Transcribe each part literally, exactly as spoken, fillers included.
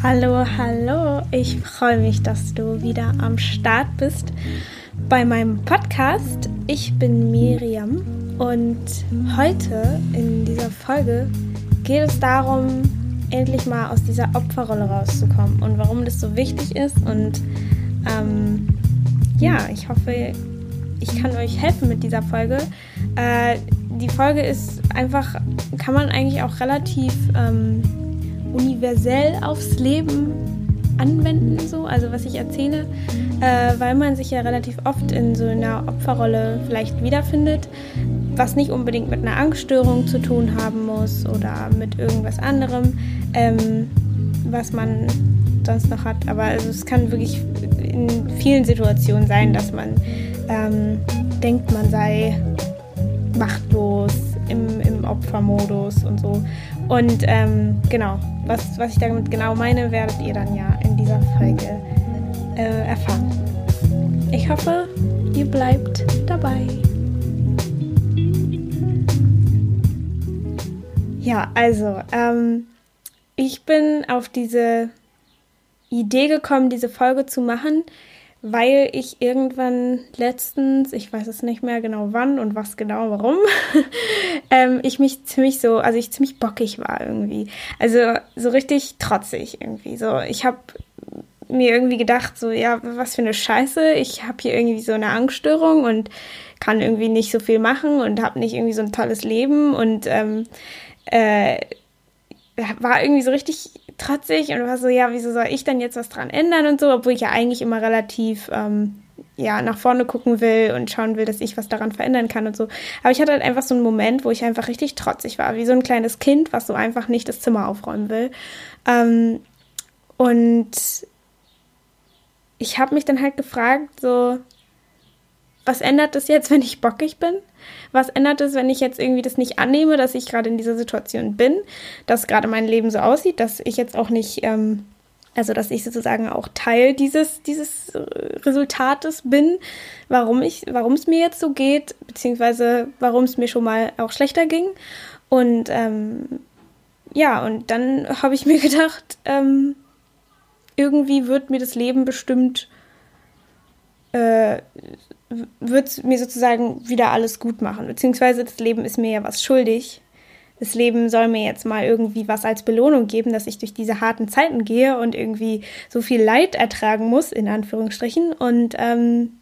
Hallo, hallo. Ich freue mich, dass du wieder am Start bist bei meinem Podcast. Ich bin Miriam und heute in dieser Folge geht es darum, endlich mal aus dieser Opferrolle rauszukommen und warum das so wichtig ist. Und ähm, ja, ich hoffe, ich kann euch helfen mit dieser Folge. Äh, die Folge ist einfach, kann man eigentlich auch relativ ähm, universell aufs Leben anwenden, so, also was ich erzähle, äh, weil man sich ja relativ oft in so einer Opferrolle vielleicht wiederfindet, was nicht unbedingt mit einer Angststörung zu tun haben muss oder mit irgendwas anderem, ähm, was man sonst noch hat. Aber also es kann wirklich in vielen Situationen sein, dass man ähm, denkt, man sei machtlos im, im Opfermodus und so. Und ähm, genau, was, was ich damit genau meine, werdet ihr dann ja in dieser Folge äh, erfahren. Ich hoffe, ihr bleibt dabei. Ja, also, ähm, ich bin auf diese Idee gekommen, diese Folge zu machen, weil ich irgendwann letztens, ich weiß es nicht mehr genau wann und was genau warum, ähm, ich mich ziemlich so, also ich ziemlich bockig war irgendwie. Also so richtig trotzig irgendwie. So, ich habe mir irgendwie gedacht, so, ja, was für eine Scheiße. Ich habe hier irgendwie so eine Angststörung und kann irgendwie nicht so viel machen und habe nicht irgendwie so ein tolles Leben und ähm, äh, war irgendwie so richtig trotzig und war so, ja, wieso soll ich denn jetzt was dran ändern und so, obwohl ich ja eigentlich immer relativ ähm, ja, nach vorne gucken will und schauen will, dass ich was daran verändern kann und so. Aber ich hatte halt einfach so einen Moment, wo ich einfach richtig trotzig war, wie so ein kleines Kind, was so einfach nicht das Zimmer aufräumen will. Ähm, und ich habe mich dann halt gefragt, so, was ändert das jetzt, wenn ich bockig bin? Was ändert es, wenn ich jetzt irgendwie das nicht annehme, dass ich gerade in dieser Situation bin, dass gerade mein Leben so aussieht, dass ich jetzt auch nicht, ähm, also dass ich sozusagen auch Teil dieses, dieses Resultates bin, warum ich, warum es mir jetzt so geht, beziehungsweise warum es mir schon mal auch schlechter ging. Und ähm, ja, und dann habe ich mir gedacht, ähm, irgendwie wird mir das Leben bestimmt äh, wird mir sozusagen wieder alles gut machen. Beziehungsweise das Leben ist mir ja was schuldig. Das Leben soll mir jetzt mal irgendwie was als Belohnung geben, dass ich durch diese harten Zeiten gehe und irgendwie so viel Leid ertragen muss, in Anführungsstrichen. Und ähm,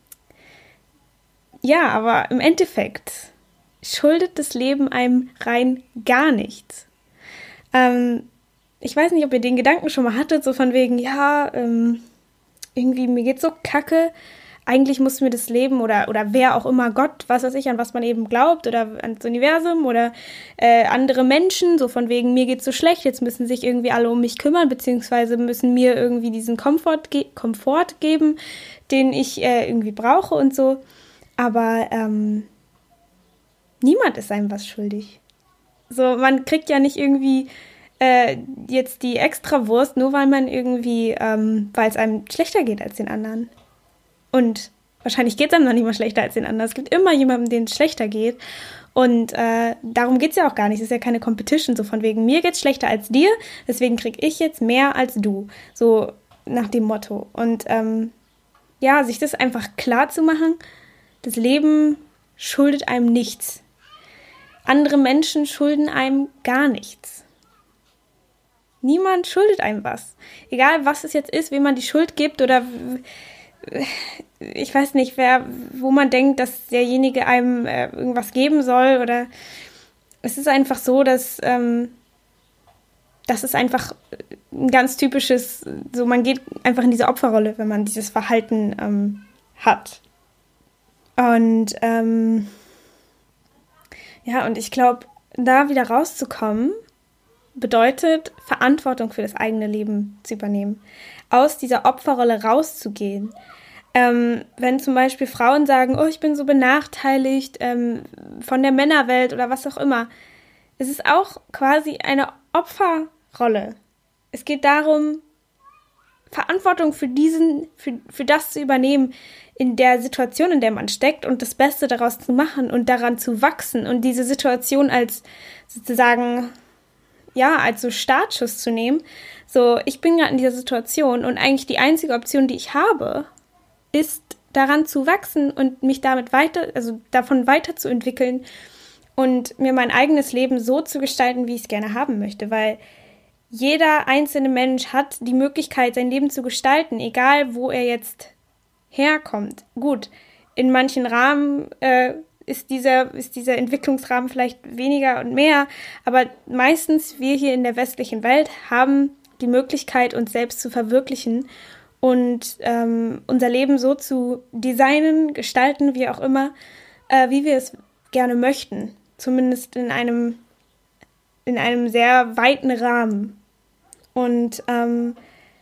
ja, aber im Endeffekt schuldet das Leben einem rein gar nichts. Ähm, ich weiß nicht, ob ihr den Gedanken schon mal hattet, so von wegen, ja, ähm, irgendwie mir geht's so kacke, eigentlich muss mir das Leben oder, oder wer auch immer, Gott, was weiß ich, an was man eben glaubt oder ans Universum oder äh, andere Menschen, so von wegen, mir geht's so schlecht, jetzt müssen sich irgendwie alle um mich kümmern, beziehungsweise müssen mir irgendwie diesen Komfort, ge- Komfort geben, den ich äh, irgendwie brauche und so. Aber ähm, niemand ist einem was schuldig. So, man kriegt ja nicht irgendwie äh, jetzt die Extrawurst, nur weil man irgendwie, ähm, weil es einem schlechter geht als den anderen. Und wahrscheinlich geht es einem noch nicht mal schlechter als den anderen. Es gibt immer jemanden, denen es schlechter geht. Und äh, darum geht es ja auch gar nicht. Es ist ja keine Competition, so von wegen, mir geht's schlechter als dir, deswegen kriege ich jetzt mehr als du. So nach dem Motto. Und ähm, ja, sich das einfach klar zu machen, das Leben schuldet einem nichts. Andere Menschen schulden einem gar nichts. Niemand schuldet einem was. Egal, was es jetzt ist, wem man die Schuld gibt oder ich weiß nicht, wer, wo man denkt, dass derjenige einem äh, irgendwas geben soll oder es ist einfach so, dass ähm, das ist einfach ein ganz typisches, so man geht einfach in diese Opferrolle, wenn man dieses Verhalten ähm, hat. Und ähm, ja, und ich glaube, da wieder rauszukommen, bedeutet, Verantwortung für das eigene Leben zu übernehmen. Aus dieser Opferrolle rauszugehen. Ähm, wenn zum Beispiel Frauen sagen, oh, ich bin so benachteiligt ähm, von der Männerwelt oder was auch immer. Es ist auch quasi eine Opferrolle. Es geht darum, Verantwortung für diesen, für, für das zu übernehmen, in der Situation, in der man steckt und das Beste daraus zu machen und daran zu wachsen und diese Situation als sozusagen, ja, als so Startschuss zu nehmen, So, ich bin gerade in dieser Situation und eigentlich die einzige Option, die ich habe, ist daran zu wachsen und mich damit weiter, also davon weiterzuentwickeln und mir mein eigenes Leben so zu gestalten, wie ich es gerne haben möchte, weil jeder einzelne Mensch hat die Möglichkeit, sein Leben zu gestalten, egal wo er jetzt herkommt. Gut, in manchen Rahmen äh, ist dieser, ist dieser Entwicklungsrahmen vielleicht weniger und mehr, aber meistens wir hier in der westlichen Welt haben die Möglichkeit, uns selbst zu verwirklichen und ähm, unser Leben so zu designen, gestalten, wie auch immer, äh, wie wir es gerne möchten. Zumindest in einem, in einem sehr weiten Rahmen. Und ähm,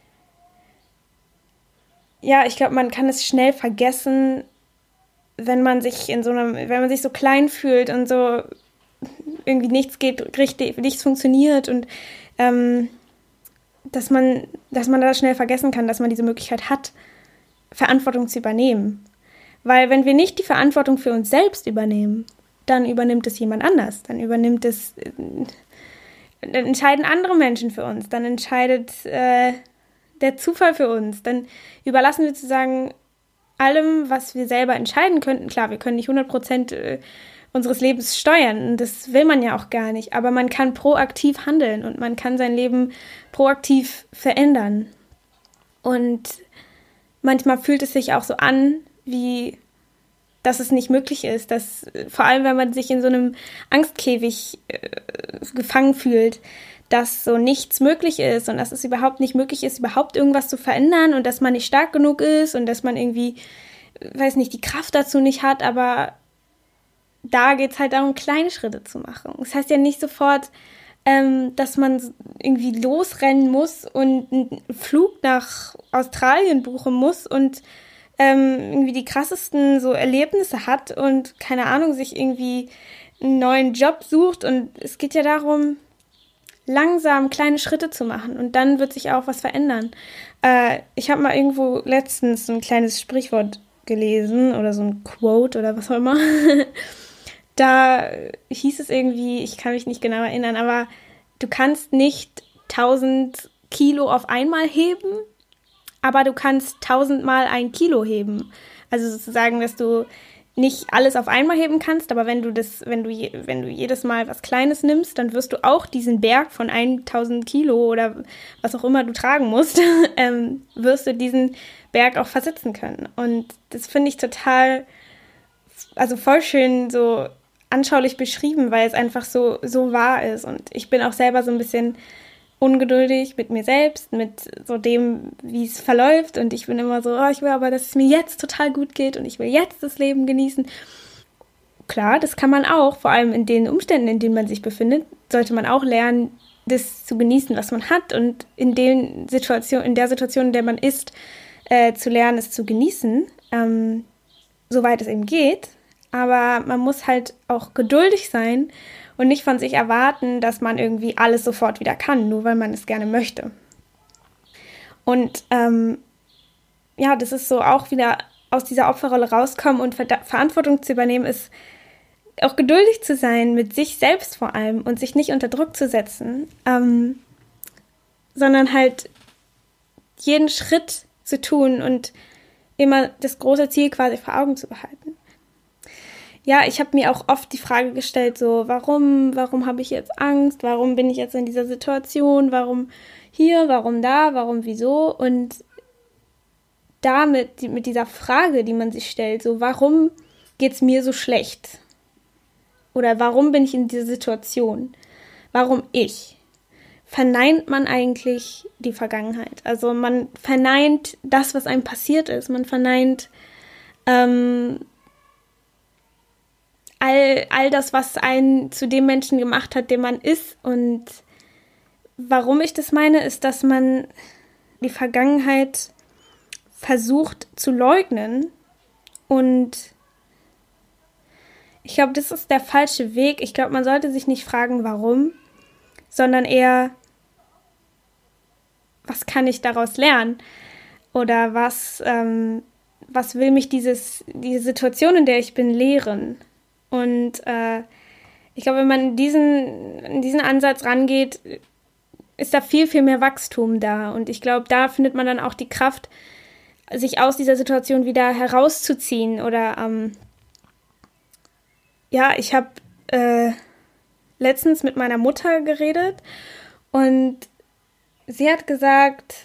ja, ich glaube, man kann es schnell vergessen, wenn man sich in so einem, wenn man sich so klein fühlt und so irgendwie nichts geht richtig, nichts funktioniert und ähm, dass man, dass man da schnell vergessen kann, dass man diese Möglichkeit hat, Verantwortung zu übernehmen. Weil wenn wir nicht die Verantwortung für uns selbst übernehmen, dann übernimmt es jemand anders. Dann übernimmt es, dann entscheiden andere Menschen für uns. Dann entscheidet äh, der Zufall für uns. Dann überlassen wir sozusagen allem, was wir selber entscheiden könnten. Klar, wir können nicht hundert Prozent äh, unseres Lebens steuern. Und das will man ja auch gar nicht. Aber man kann proaktiv handeln und man kann sein Leben proaktiv verändern. Und manchmal fühlt es sich auch so an, wie dass es nicht möglich ist, dass vor allem, wenn man sich in so einem Angstkäfig äh, gefangen fühlt, dass so nichts möglich ist und dass es überhaupt nicht möglich ist, überhaupt irgendwas zu verändern und dass man nicht stark genug ist und dass man irgendwie, weiß nicht, die Kraft dazu nicht hat, aber da geht es halt darum, kleine Schritte zu machen. Das heißt ja nicht sofort, ähm, dass man irgendwie losrennen muss und einen Flug nach Australien buchen muss und ähm, irgendwie die krassesten so Erlebnisse hat und, keine Ahnung, sich irgendwie einen neuen Job sucht. Und es geht ja darum, langsam kleine Schritte zu machen und dann wird sich auch was verändern. Äh, ich habe mal irgendwo letztens so ein kleines Sprichwort gelesen oder so ein Quote oder was auch immer. Da hieß es irgendwie, ich kann mich nicht genau erinnern, aber du kannst nicht tausend Kilo auf einmal heben, aber du kannst tausendmal ein Kilo heben. Also sozusagen, dass du nicht alles auf einmal heben kannst, aber wenn du das, wenn du, je, wenn du jedes Mal was Kleines nimmst, dann wirst du auch diesen Berg von tausend Kilo oder was auch immer du tragen musst, ähm, wirst du diesen Berg auch versitzen können. Und das finde ich total, also voll schön so anschaulich beschrieben, weil es einfach so, so wahr ist. Und ich bin auch selber so ein bisschen ungeduldig mit mir selbst, mit so dem, wie es verläuft. Und ich bin immer so, oh, ich will aber, dass es mir jetzt total gut geht und ich will jetzt das Leben genießen. Klar, das kann man auch, vor allem in den Umständen, in denen man sich befindet, sollte man auch lernen, das zu genießen, was man hat und in den Situationen, in der Situation, in der man ist, äh, zu lernen, es zu genießen, ähm, soweit es eben geht. Aber man muss halt auch geduldig sein und nicht von sich erwarten, dass man irgendwie alles sofort wieder kann, nur weil man es gerne möchte. Und ähm, ja, das ist so auch wieder aus dieser Opferrolle rauskommen und Ver- Verantwortung zu übernehmen, ist auch geduldig zu sein mit sich selbst vor allem und sich nicht unter Druck zu setzen, ähm, sondern halt jeden Schritt zu tun und immer das große Ziel quasi vor Augen zu behalten. Ja, ich habe mir auch oft die Frage gestellt, so, warum, warum habe ich jetzt Angst? Warum bin ich jetzt in dieser Situation? Warum hier? Warum da? Warum wieso? Und damit, mit dieser Frage, die man sich stellt, so, warum geht's mir so schlecht? Oder warum bin ich in dieser Situation? Warum ich? Verneint man eigentlich die Vergangenheit? Also man verneint das, was einem passiert ist. Man verneint ähm, All, all das, was einen zu dem Menschen gemacht hat, der man ist. Und warum ich das meine, ist, dass man die Vergangenheit versucht zu leugnen. Und ich glaube, das ist der falsche Weg. Ich glaube, man sollte sich nicht fragen, warum, sondern eher, was kann ich daraus lernen? Oder was, ähm, was will mich dieses, diese Situation, in der ich bin, lehren? Und äh, ich glaube, wenn man in diesen, in diesen Ansatz rangeht, ist da viel, viel mehr Wachstum da. Und ich glaube, da findet man dann auch die Kraft, sich aus dieser Situation wieder herauszuziehen. Oder ähm, ja, ich habe äh, letztens mit meiner Mutter geredet und sie hat gesagt,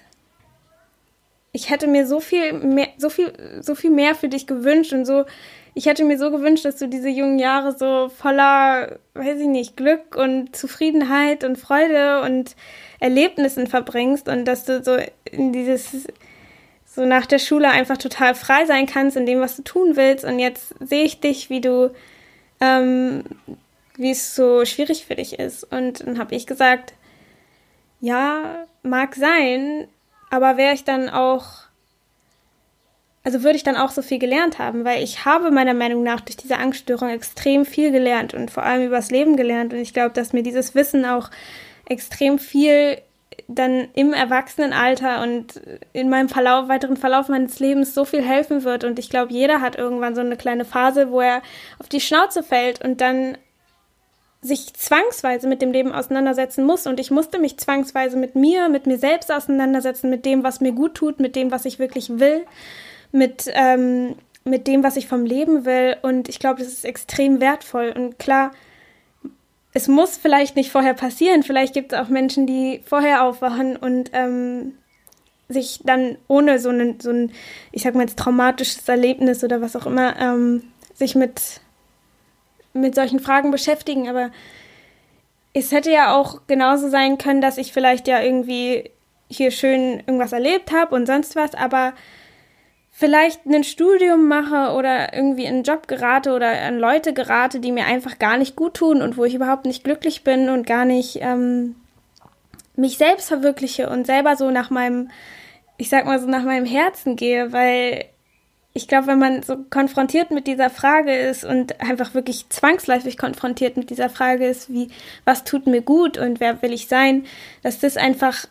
ich hätte mir so viel mehr, so viel, so viel mehr für dich gewünscht und so, ich hätte mir so gewünscht, dass du diese jungen Jahre so voller, weiß ich nicht, Glück und Zufriedenheit und Freude und Erlebnissen verbringst und dass du so in dieses, so nach der Schule einfach total frei sein kannst in dem, was du tun willst. Und jetzt sehe ich dich, wie du, ähm, wie es so schwierig für dich ist. Und dann habe ich gesagt, ja, mag sein, aber wäre ich dann auch, also würde ich dann auch so viel gelernt haben, weil ich habe meiner Meinung nach durch diese Angststörung extrem viel gelernt und vor allem übers Leben gelernt. Und ich glaube, dass mir dieses Wissen auch extrem viel dann im Erwachsenenalter und in meinem Verlauf, weiteren Verlauf meines Lebens so viel helfen wird. Und ich glaube, jeder hat irgendwann so eine kleine Phase, wo er auf die Schnauze fällt und dann sich zwangsweise mit dem Leben auseinandersetzen muss. Und ich musste mich zwangsweise mit mir, mit mir selbst auseinandersetzen, mit dem, was mir gut tut, mit dem, was ich wirklich will, mit, ähm, mit dem, was ich vom Leben will. Und ich glaube, das ist extrem wertvoll. Und klar, es muss vielleicht nicht vorher passieren. Vielleicht gibt es auch Menschen, die vorher aufwachen und ähm, sich dann ohne so, einen, so ein, ich sag mal jetzt, traumatisches Erlebnis oder was auch immer, ähm, sich mit, mit solchen Fragen beschäftigen. Aber es hätte ja auch genauso sein können, dass ich vielleicht ja irgendwie hier schön irgendwas erlebt habe und sonst was, aber vielleicht ein Studium mache oder irgendwie in einen Job gerate oder an Leute gerate, die mir einfach gar nicht gut tun und wo ich überhaupt nicht glücklich bin und gar nicht ähm, mich selbst verwirkliche und selber so nach meinem, ich sag mal so nach meinem Herzen gehe, weil ich glaube, wenn man so konfrontiert mit dieser Frage ist und einfach wirklich zwangsläufig konfrontiert mit dieser Frage ist, wie, was tut mir gut und wer will ich sein, dass das einfach,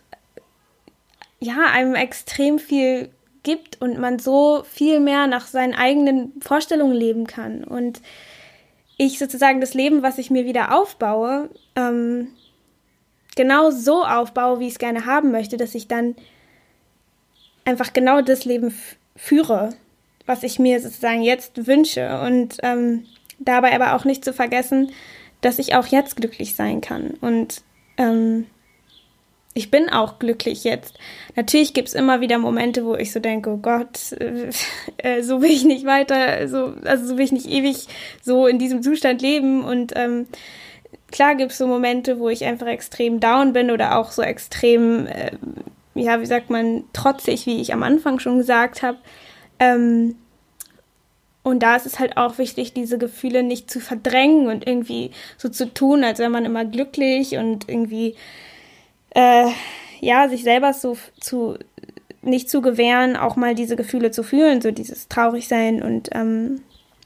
ja, einem extrem viel gibt und man so viel mehr nach seinen eigenen Vorstellungen leben kann. Und ich sozusagen das Leben, was ich mir wieder aufbaue, ähm, genau so aufbaue, wie ich es gerne haben möchte, dass ich dann einfach genau das Leben f- führe, was ich mir sozusagen jetzt wünsche. Und ähm, dabei aber auch nicht zu vergessen, dass ich auch jetzt glücklich sein kann. Und ähm, ich bin auch glücklich jetzt. Natürlich gibt es immer wieder Momente, wo ich so denke, oh Gott, äh, so will ich nicht weiter, so, also so will ich nicht ewig so in diesem Zustand leben. Und ähm, klar gibt es so Momente, wo ich einfach extrem down bin oder auch so extrem, äh, ja, wie sagt man, trotzig, wie ich am Anfang schon gesagt habe. Ähm, und da ist es halt auch wichtig, diese Gefühle nicht zu verdrängen und irgendwie so zu tun, als wäre man immer glücklich und irgendwie Äh, ja, sich selber so zu, nicht zu gewähren, auch mal diese Gefühle zu fühlen, so dieses Traurigsein und ähm,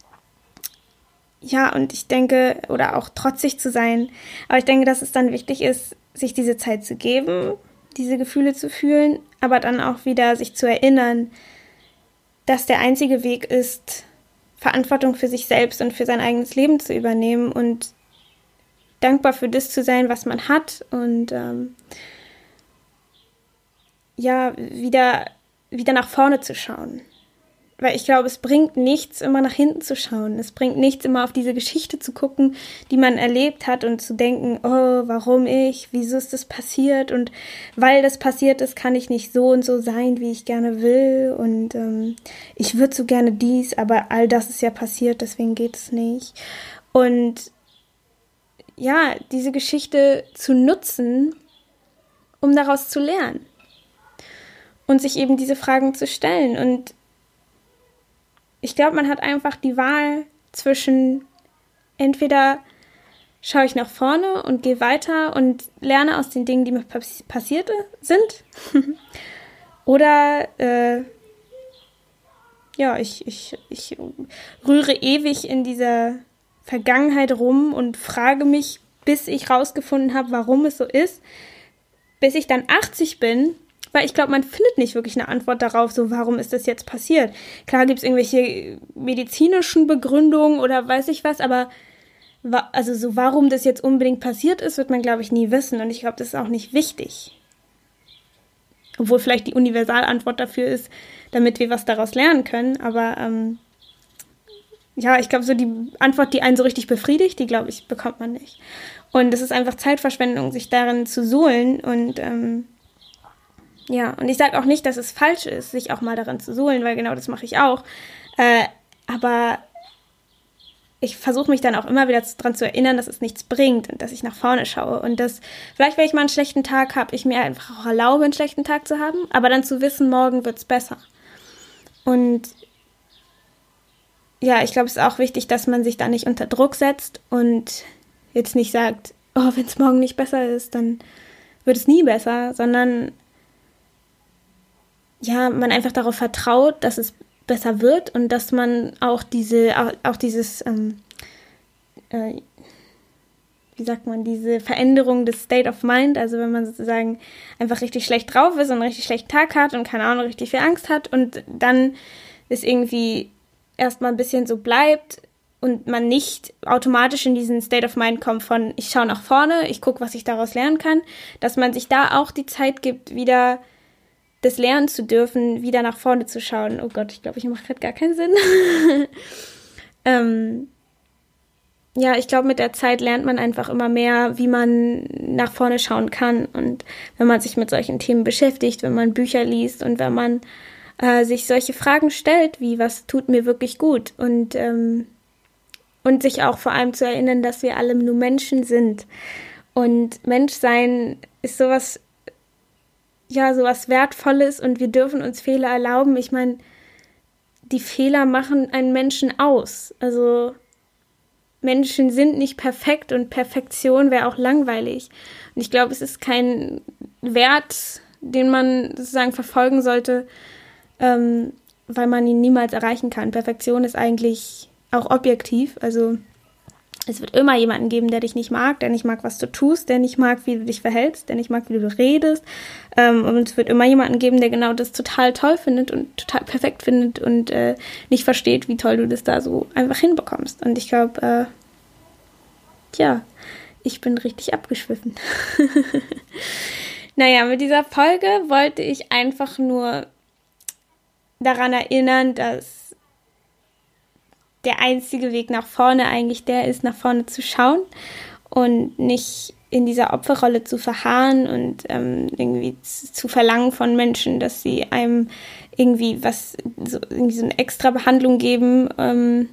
ja, und ich denke, oder auch trotzig zu sein, aber ich denke, dass es dann wichtig ist, sich diese Zeit zu geben, diese Gefühle zu fühlen, aber dann auch wieder sich zu erinnern, dass der einzige Weg ist, Verantwortung für sich selbst und für sein eigenes Leben zu übernehmen und dankbar für das zu sein, was man hat und ähm, ja, wieder, wieder nach vorne zu schauen. Weil ich glaube, es bringt nichts, immer nach hinten zu schauen. Es bringt nichts, immer auf diese Geschichte zu gucken, die man erlebt hat und zu denken, oh, warum ich, wieso ist das passiert und weil das passiert ist, kann ich nicht so und so sein, wie ich gerne will und ähm, ich würde so gerne dies, aber all das ist ja passiert, deswegen geht es nicht. Und ja, diese Geschichte zu nutzen, um daraus zu lernen und sich eben diese Fragen zu stellen. Und ich glaube, man hat einfach die Wahl zwischen entweder schaue ich nach vorne und gehe weiter und lerne aus den Dingen, die mir pass- passiert sind, oder äh, ja, ich, ich, ich rühre ewig in dieser Vergangenheit rum und frage mich, bis ich rausgefunden habe, warum es so ist, bis ich dann achtzig bin, weil ich glaube, man findet nicht wirklich eine Antwort darauf, so warum ist das jetzt passiert. Klar gibt es irgendwelche medizinischen Begründungen oder weiß ich was, aber wa- also so warum das jetzt unbedingt passiert ist, wird man, glaube ich, nie wissen. Und ich glaube, das ist auch nicht wichtig. Obwohl vielleicht die Universalantwort dafür ist, damit wir was daraus lernen können. Aber ähm, ja, ich glaube, so die Antwort, die einen so richtig befriedigt, die, glaube ich, bekommt man nicht. Und es ist einfach Zeitverschwendung, sich darin zu suhlen. Und ähm, ja, und ich sage auch nicht, dass es falsch ist, sich auch mal darin zu suhlen, weil genau das mache ich auch. Äh, aber ich versuche mich dann auch immer wieder daran zu erinnern, dass es nichts bringt und dass ich nach vorne schaue. Und dass vielleicht, wenn ich mal einen schlechten Tag habe, ich mir einfach auch erlaube, einen schlechten Tag zu haben, aber dann zu wissen, morgen wird es besser. Und ja, ich glaube, es ist auch wichtig, dass man sich da nicht unter Druck setzt und jetzt nicht sagt, oh, wenn es morgen nicht besser ist, dann wird es nie besser, sondern ja, man einfach darauf vertraut, dass es besser wird und dass man auch diese, auch, auch dieses, ähm, äh, wie sagt man, diese Veränderung des State of Mind, also wenn man sozusagen einfach richtig schlecht drauf ist und einen richtig schlechten Tag hat und keine Ahnung, richtig viel Angst hat und dann ist irgendwie erstmal ein bisschen so bleibt und man nicht automatisch in diesen State of Mind kommt von, ich schaue nach vorne, ich gucke, was ich daraus lernen kann, dass man sich da auch die Zeit gibt, wieder das lernen zu dürfen, wieder nach vorne zu schauen. Oh Gott, ich glaube, ich mache gerade gar keinen Sinn. ähm, ja, ich glaube, mit der Zeit lernt man einfach immer mehr, wie man nach vorne schauen kann. Und wenn man sich mit solchen Themen beschäftigt, wenn man Bücher liest und wenn man äh, sich solche Fragen stellt, wie, was tut mir wirklich gut? Und, ähm, und sich auch vor allem zu erinnern, dass wir alle nur Menschen sind. Und Menschsein ist sowas ja, sowas Wertvolles und wir dürfen uns Fehler erlauben. Ich meine, die Fehler machen einen Menschen aus. Also Menschen sind nicht perfekt und Perfektion wäre auch langweilig. Und ich glaube, es ist kein Wert, den man sozusagen verfolgen sollte, ähm, weil man ihn niemals erreichen kann. Perfektion ist eigentlich auch objektiv, also es wird immer jemanden geben, der dich nicht mag, der nicht mag, was du tust, der nicht mag, wie du dich verhältst, der nicht mag, wie du redest. Ähm, und es wird immer jemanden geben, der genau das total toll findet und total perfekt findet und äh, nicht versteht, wie toll du das da so einfach hinbekommst. Und ich glaube, äh, ja, ich bin richtig abgeschwiffen. Naja, mit dieser Folge wollte ich einfach nur daran erinnern, dass der einzige Weg nach vorne eigentlich der ist, nach vorne zu schauen und nicht in dieser Opferrolle zu verharren und ähm, irgendwie zu, zu verlangen von Menschen, dass sie einem irgendwie was, so, irgendwie so eine extra Behandlung geben ähm,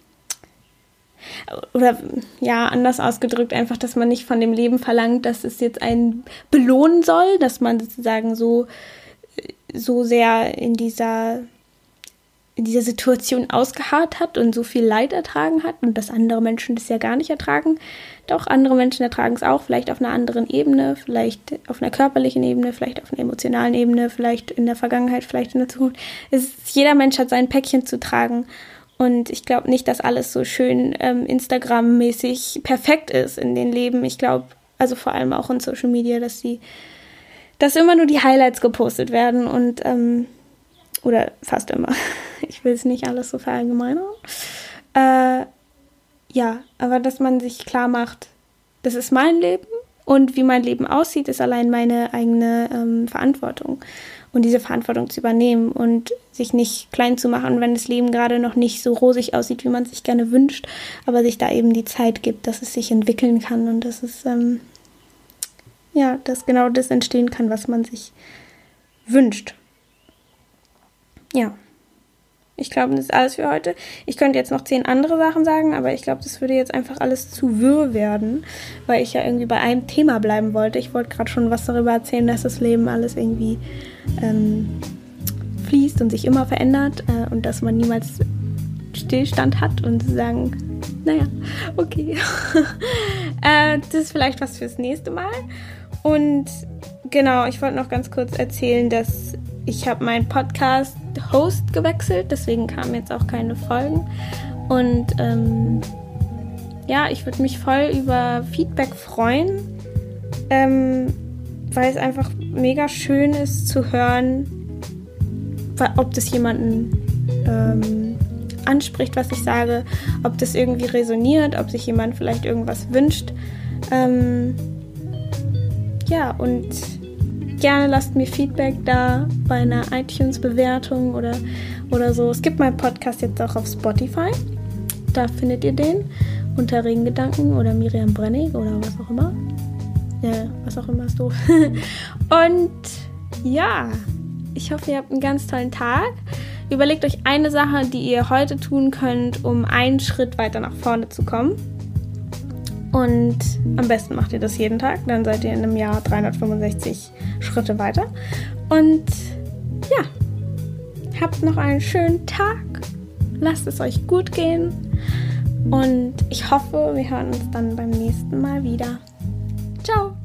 oder ja, anders ausgedrückt einfach, dass man nicht von dem Leben verlangt, dass es jetzt einen belohnen soll, dass man sozusagen so, so sehr in dieser in dieser Situation ausgeharrt hat und so viel Leid ertragen hat und dass andere Menschen das ja gar nicht ertragen. Doch andere Menschen ertragen es auch, vielleicht auf einer anderen Ebene, vielleicht auf einer körperlichen Ebene, vielleicht auf einer emotionalen Ebene, vielleicht in der Vergangenheit, vielleicht in der Zukunft. Es ist, jeder Mensch hat sein Päckchen zu tragen und ich glaube nicht, dass alles so schön ähm, Instagram-mäßig perfekt ist in den Leben. Ich glaube, also vor allem auch in Social Media, dass die, dass immer nur die Highlights gepostet werden und ähm, oder fast immer. Ich will es nicht alles so verallgemeinern. Äh, ja, aber dass man sich klar macht, das ist mein Leben und wie mein Leben aussieht, ist allein meine eigene ähm, Verantwortung. Und diese Verantwortung zu übernehmen und sich nicht klein zu machen, wenn das Leben gerade noch nicht so rosig aussieht, wie man es sich gerne wünscht, aber sich da eben die Zeit gibt, dass es sich entwickeln kann und dass es, ähm, ja, dass genau das entstehen kann, was man sich wünscht. Ja, ich glaube, das ist alles für heute. Ich könnte jetzt noch zehn andere Sachen sagen, aber ich glaube, das würde jetzt einfach alles zu wirr werden, weil ich ja irgendwie bei einem Thema bleiben wollte. Ich wollte gerade schon was darüber erzählen, dass das Leben alles irgendwie ähm, fließt und sich immer verändert äh, und dass man niemals Stillstand hat und sagen, naja, okay. äh, das ist vielleicht was fürs nächste Mal. Und genau, ich wollte noch ganz kurz erzählen, dass ich habe meinen Podcast-Host gewechselt, deswegen kamen jetzt auch keine Folgen. Und ähm, ja, ich würde mich voll über Feedback freuen, ähm, weil es einfach mega schön ist zu hören, ob das jemanden ähm, anspricht, was ich sage, ob das irgendwie resoniert, ob sich jemand vielleicht irgendwas wünscht. Ähm, ja, und gerne lasst mir Feedback da bei einer iTunes-Bewertung oder, oder so. Es gibt meinen Podcast jetzt auch auf Spotify. Da findet ihr den unter Regengedanken oder Miriam Brennig oder was auch immer. Ja, was auch immer ist doof. Und ja, ich hoffe, ihr habt einen ganz tollen Tag. Überlegt euch eine Sache, die ihr heute tun könnt, um einen Schritt weiter nach vorne zu kommen. Und am besten macht ihr das jeden Tag, dann seid ihr in einem Jahr dreihundertfünfundsechzig Schritte weiter. Und ja, habt noch einen schönen Tag. Lasst es euch gut gehen. Und ich hoffe, wir hören uns dann beim nächsten Mal wieder. Ciao!